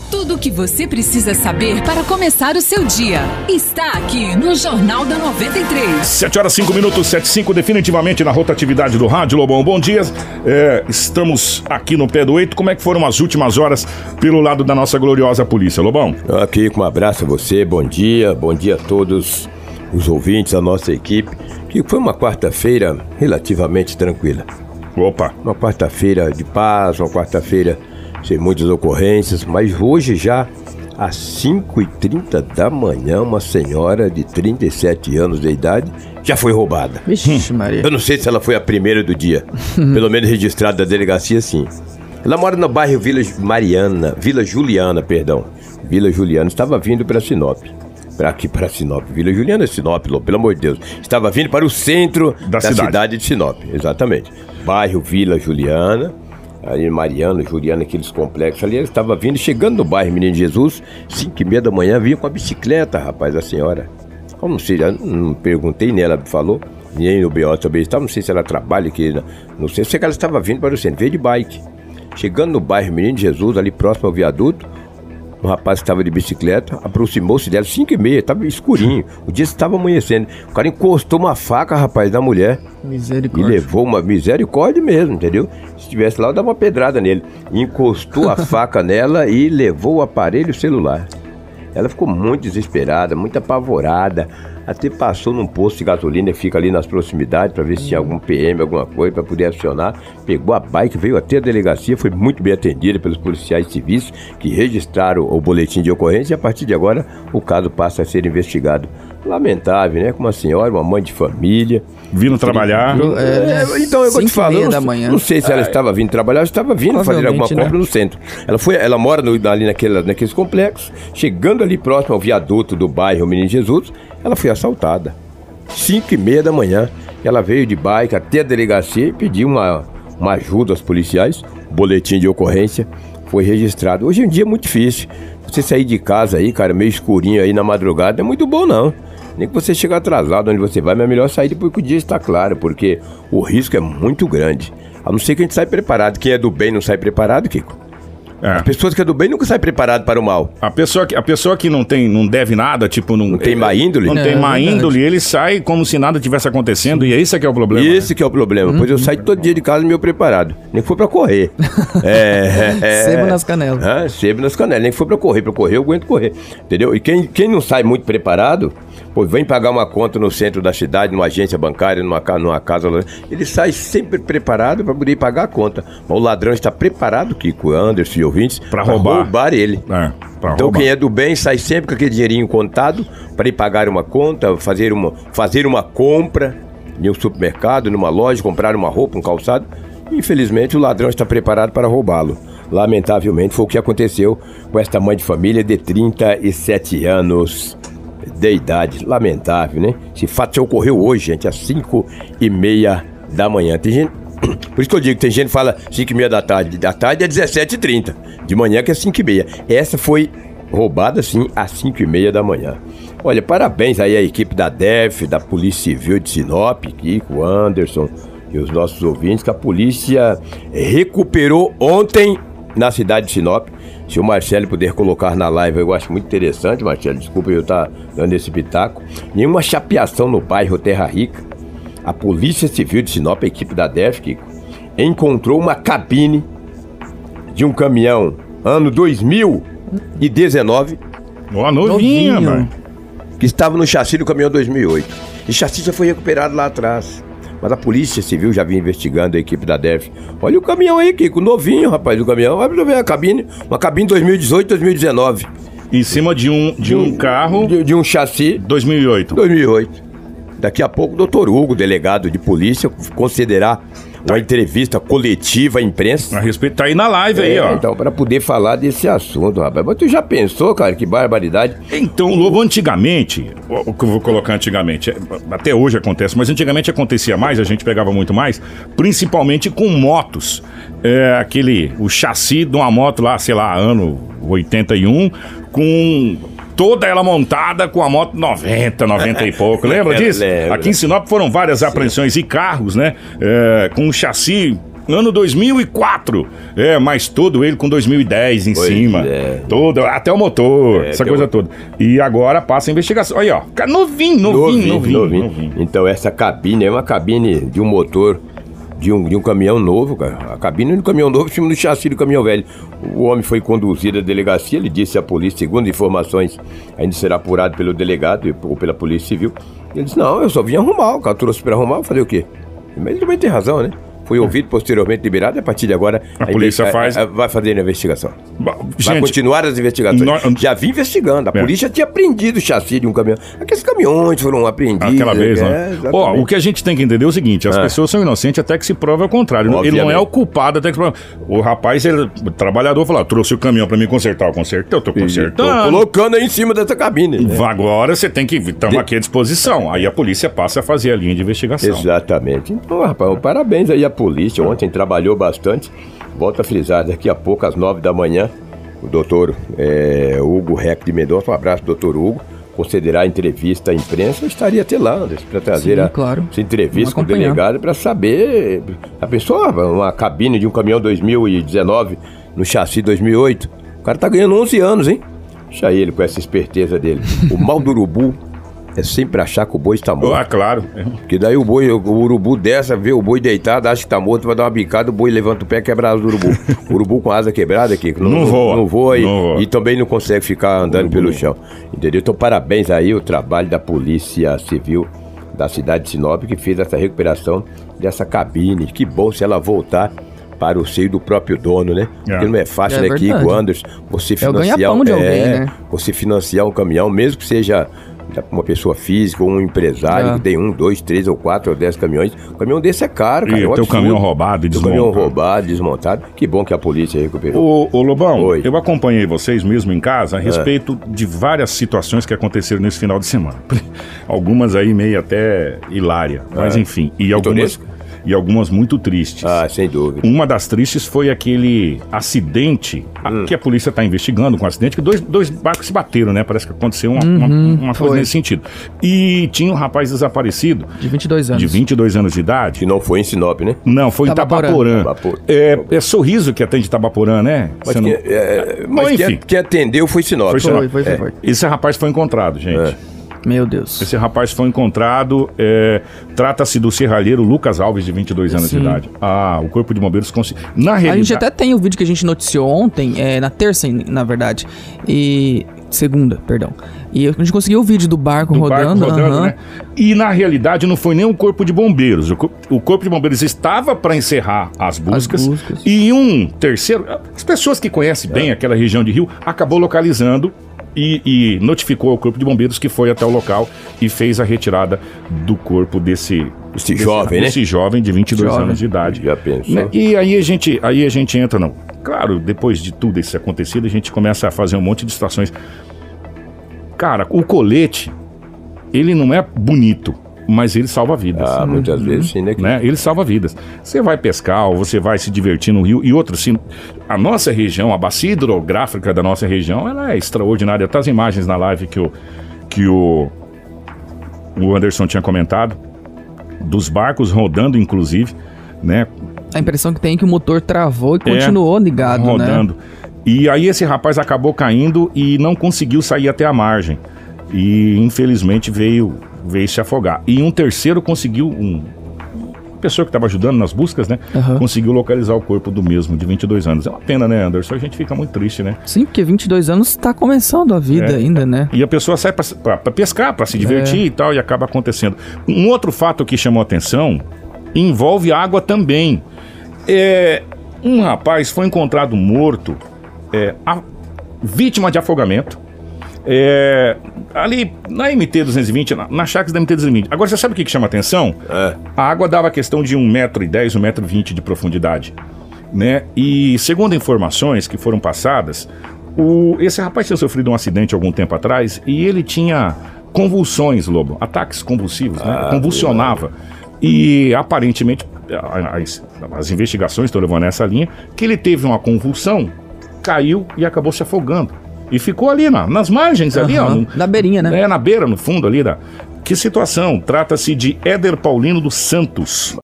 Tudo o que você precisa saber para começar o seu dia está aqui no Jornal da 93. 7h05, 7h05, definitivamente na rotatividade do rádio, Lobão. Bom dia. Estamos aqui no pé do 8. Como é que foram as últimas horas pelo lado da nossa gloriosa polícia, Lobão? Aqui com um abraço a você, bom dia a todos os ouvintes, a nossa equipe. Que foi uma quarta-feira relativamente tranquila. Opa! Uma quarta-feira de paz, uma quarta-feira sem muitas ocorrências, mas hoje já às 5h30 da manhã, uma senhora de 37 anos de idade já foi roubada. Vixe, Maria. Eu não sei se ela foi a primeira do dia, pelo menos registrada da delegacia, sim. Ela mora no bairro Vila Juliana, estava vindo para Sinop. Para Sinop. Vila Juliana é Sinop, pelo amor de Deus. Estava vindo para o centro da cidade de Sinop, exatamente. Bairro Vila Juliana, ali Mariana, Juliana, aqueles complexos ali. Ela estava vindo, chegando no bairro Menino Jesus, 5h30 da manhã, vinha com a bicicleta, rapaz, a senhora. Eu não sei, não perguntei, nem ela falou, nem no BO também estava, não sei se ela trabalha aqui, não sei. Sei que ela estava vindo para o centro, veio de bike. Chegando no bairro Menino Jesus, ali próximo ao viaduto, um rapaz que estava de bicicleta aproximou-se dela, 5h30, estava escurinho, o dia estava amanhecendo. O cara encostou uma faca, rapaz, da mulher. Misericórdia. E levou uma misericórdia mesmo, entendeu? Se estivesse lá, eu dava uma pedrada nele. Encostou a faca nela e levou o aparelho celular. Ela ficou muito desesperada, muito apavorada. Até passou num posto de gasolina que fica ali nas proximidades para ver se tinha algum PM, alguma coisa para poder acionar. Pegou a bike, veio até a delegacia, foi muito bem atendida pelos policiais civis que registraram o boletim de ocorrência e a partir de agora o caso passa a ser investigado. Lamentável, né? Com uma senhora, uma mãe de família. Vindo trabalhar. Então eu vou te falar, não sei se ela estava vindo trabalhar ou estava vindo fazer alguma compra, né, no centro. Ela mora ali naqueles complexos, chegando ali próximo ao viaduto do bairro Menino Jesus, ela foi assaltada. 5h30 da manhã, ela veio de bike até a delegacia e pediu uma ajuda aos policiais. Boletim de ocorrência foi registrado. Hoje em dia é muito difícil. Você sair de casa aí, cara, meio escurinho aí na madrugada, não é muito bom não. Nem que você chegue atrasado onde você vai, mas é melhor sair depois que o dia está claro, porque o risco é muito grande. A não ser que a gente saia preparado. Quem é do bem não sai preparado, Kiko. As pessoas que é do bem nunca saem preparadas para o mal. A pessoa que não deve nada, tipo... Não tem má índole? Não tem má índole, ele sai como se nada tivesse acontecendo. E esse é que é o problema. Esse que é o problema. Pois eu saio todo dia de casa meio preparado. Nem que for para correr. Sebo nas canelas. Sebo nas canelas. Nem que for para correr. Para correr eu aguento correr. Entendeu? E quem não sai muito preparado... Pô, vem pagar uma conta no centro da cidade, numa agência bancária, numa casa, ele sai sempre preparado para poder pagar a conta. Mas o ladrão está preparado, Kiko, Anderson e ouvintes, para roubar ele. Então roubar. Quem é do bem sai sempre com aquele dinheirinho contado para ir pagar uma conta, fazer uma compra em um supermercado, numa loja, comprar uma roupa, um calçado. Infelizmente o ladrão está preparado para roubá-lo. Lamentavelmente foi o que aconteceu com esta mãe de família de 37 anos de idade. Lamentável, né? Esse fato já ocorreu hoje, gente, às 5h30 da manhã. Tem gente, por isso que eu digo, tem gente que fala 5h30 da tarde. Da tarde é 17h30, de manhã que é 5h30. Essa foi roubada, sim, às 5h30 da manhã. Olha, parabéns aí à equipe da DEF, da Polícia Civil de Sinop, Kiko, Anderson e os nossos ouvintes, que a polícia recuperou ontem na cidade de Sinop. Se o Marcelo puder colocar na live, eu acho muito interessante, Marcelo, desculpa eu estar dando esse pitaco. Em uma chapeação no bairro Terra Rica, a Polícia Civil de Sinop, a equipe da DEF, Kiko, encontrou uma cabine de um caminhão, ano 2019. Novinha, mano. Que estava no chassi do caminhão 2008. E o chassi já foi recuperado lá atrás. Mas a Polícia Civil já vinha investigando, a equipe da DEF. Olha o caminhão aí, Kiko, novinho, rapaz, o caminhão. Vai ver a cabine, uma cabine 2018, 2019. Em cima de um carro... De um chassi... 2008. Daqui a pouco o doutor Hugo, delegado de polícia, considerar uma entrevista coletiva à imprensa. A respeito, tá aí na live aí, ó. Então, para poder falar desse assunto, rapaz. Mas tu já pensou, cara, que barbaridade? Então, Lobo, antigamente, o que eu vou colocar antigamente, até hoje acontece, mas antigamente acontecia mais, a gente pegava muito mais, principalmente com motos. O chassi de uma moto lá, sei lá, ano 81, com toda ela montada com a moto 90 e pouco. Lembra disso? Lembro. Aqui em Sinop foram várias apreensões e carros, né? Com um chassi Ano 2004. Mas todo ele com 2010 em cima. Todo, até o motor, essa coisa toda. E agora passa a investigação. Aí, ó. Novinho. Então, essa cabine é uma cabine de um motor de um caminhão novo, cara. A cabine de um caminhão novo, em cima do chassi do caminhão velho. O homem foi conduzido à delegacia, ele disse à polícia, segundo informações, ainda será apurado pelo delegado ou pela polícia civil. Ele disse, não, eu só vim arrumar, o cara trouxe pra arrumar, fazer o quê? Mas ele também tem razão, né? Foi ouvido, posteriormente liberado, e a partir de agora a polícia vai fazer a investigação. Gente, vai continuar as investigações. Já vim investigando, a polícia tinha apreendido o chassi de um caminhão. Aqueles caminhões foram apreendidos. Aquela vez, né? O que a gente tem que entender é o seguinte, as pessoas são inocentes até que se prove ao contrário. Obviamente. Ele não é o culpado até que se prove. O rapaz, o trabalhador falou, trouxe o caminhão pra mim consertar, eu consertei, eu tô consertando. Tô colocando aí em cima dessa cabine. Né? Agora você tem que, estamos aqui à disposição. Aí a polícia passa a fazer a linha de investigação. Exatamente. Então, rapaz, parabéns aí à polícia, ontem trabalhou bastante. Volto a frisar, daqui a pouco, às 9 da manhã, o doutor Hugo Reck de Mendonça, um abraço, doutor Hugo, concederá entrevista à imprensa. Eu estaria até lá para trazer essa entrevista com o delegado para saber. A pessoa, uma cabine de um caminhão 2019 no chassi 2008, o cara tá ganhando 11 anos, hein? Deixa ele com essa esperteza dele. O mal do urubu é sempre achar que o boi está morto. Claro. Porque daí o urubu desce, vê o boi deitado, acha que está morto, vai dar uma bicada, o boi levanta o pé e quebra as do urubu. O urubu com a asa quebrada aqui, não voa e também não consegue ficar andando pelo chão. Entendeu? Então parabéns aí o trabalho da Polícia Civil da cidade de Sinop, que fez essa recuperação dessa cabine. Que bom se ela voltar para o seio do próprio dono, né? Porque não é fácil, né, Kiko, Anderson, você financiar você financiar um caminhão, mesmo que seja uma pessoa física ou um empresário que tem 1, 2, 3 ou 4 ou 10 caminhões. O caminhão desse é caro, cara. E tem o caminhão roubado e desmontado. O caminhão roubado, desmontado. Que bom que a polícia recuperou. Ô Lobão, eu acompanhei vocês mesmo em casa a respeito de várias situações que aconteceram nesse final de semana. Algumas aí meio até hilária, mas enfim. E algumas muito tristes. Sem dúvida. Uma das tristes foi aquele acidente que a polícia está investigando, com um acidente que dois barcos se bateram, né? Parece que aconteceu uma coisa nesse sentido. E tinha um rapaz desaparecido. De 22 anos. De 22 anos de idade. Que não foi em Sinop, né? Não, foi em Itabaporã. É Sorriso que atende Itabaporã, né? Mas quem atendeu foi Sinop. Foi. Esse rapaz foi encontrado, gente. Meu Deus. Esse rapaz foi encontrado, trata-se do serralheiro Lucas Alves, de 22 anos de idade. O Corpo de Bombeiros conseguiu. A gente até tem o vídeo que a gente noticiou ontem, na terça, na verdade, segunda, perdão. E a gente conseguiu o vídeo do barco rodando. Né? E na realidade não foi nem o Corpo de Bombeiros. O Corpo de Bombeiros estava para encerrar as buscas. E um terceiro, as pessoas que conhecem bem aquela região de Rio, acabou localizando e notificou ao Corpo de Bombeiros, que foi até o local e fez a retirada do corpo desse jovem de 22 anos de idade. Já pensou? Né? E aí a gente entra, claro, depois de tudo isso acontecido, a gente começa a fazer um monte de situações. Cara, o colete, ele não é bonito, mas ele salva vidas. Muitas vezes sim, né? Ele salva vidas. Você vai pescar ou você vai se divertir no rio. E outro, sim, a nossa região, a bacia hidrográfica da nossa região, ela é extraordinária. Até as imagens na live que o Anderson tinha comentado, dos barcos rodando, inclusive, né? A impressão que tem é que o motor travou e continuou ligado, rodando, né? E aí esse rapaz acabou caindo e não conseguiu sair até a margem. E infelizmente veio se afogar. E um terceiro conseguiu, uma pessoa que estava ajudando nas buscas, né? Conseguiu localizar o corpo do mesmo, de 22 anos. É uma pena, né, Anderson? A gente fica muito triste, né? Sim, porque 22 anos está começando a vida ainda, né? E a pessoa sai para pescar, para se divertir e tal, e acaba acontecendo. Um outro fato que chamou a atenção envolve água também. Um rapaz foi encontrado morto, vítima de afogamento, ali na MT-220, na chácara da MT-220. Agora, você sabe o que chama atenção? A água dava questão de 1,10 m, 1,20 m de profundidade, né? E segundo informações que foram passadas, esse rapaz tinha sofrido um acidente algum tempo atrás e ele tinha convulsões, Lobo, ataques convulsivos, né? Convulsionava. E aparentemente as investigações estão levando nessa linha que ele teve uma convulsão, caiu e acabou se afogando. E ficou ali nas margens, ali, na beirinha, né? Na beira, no fundo ali. Que situação? Trata-se de Éder Paulino dos Santos.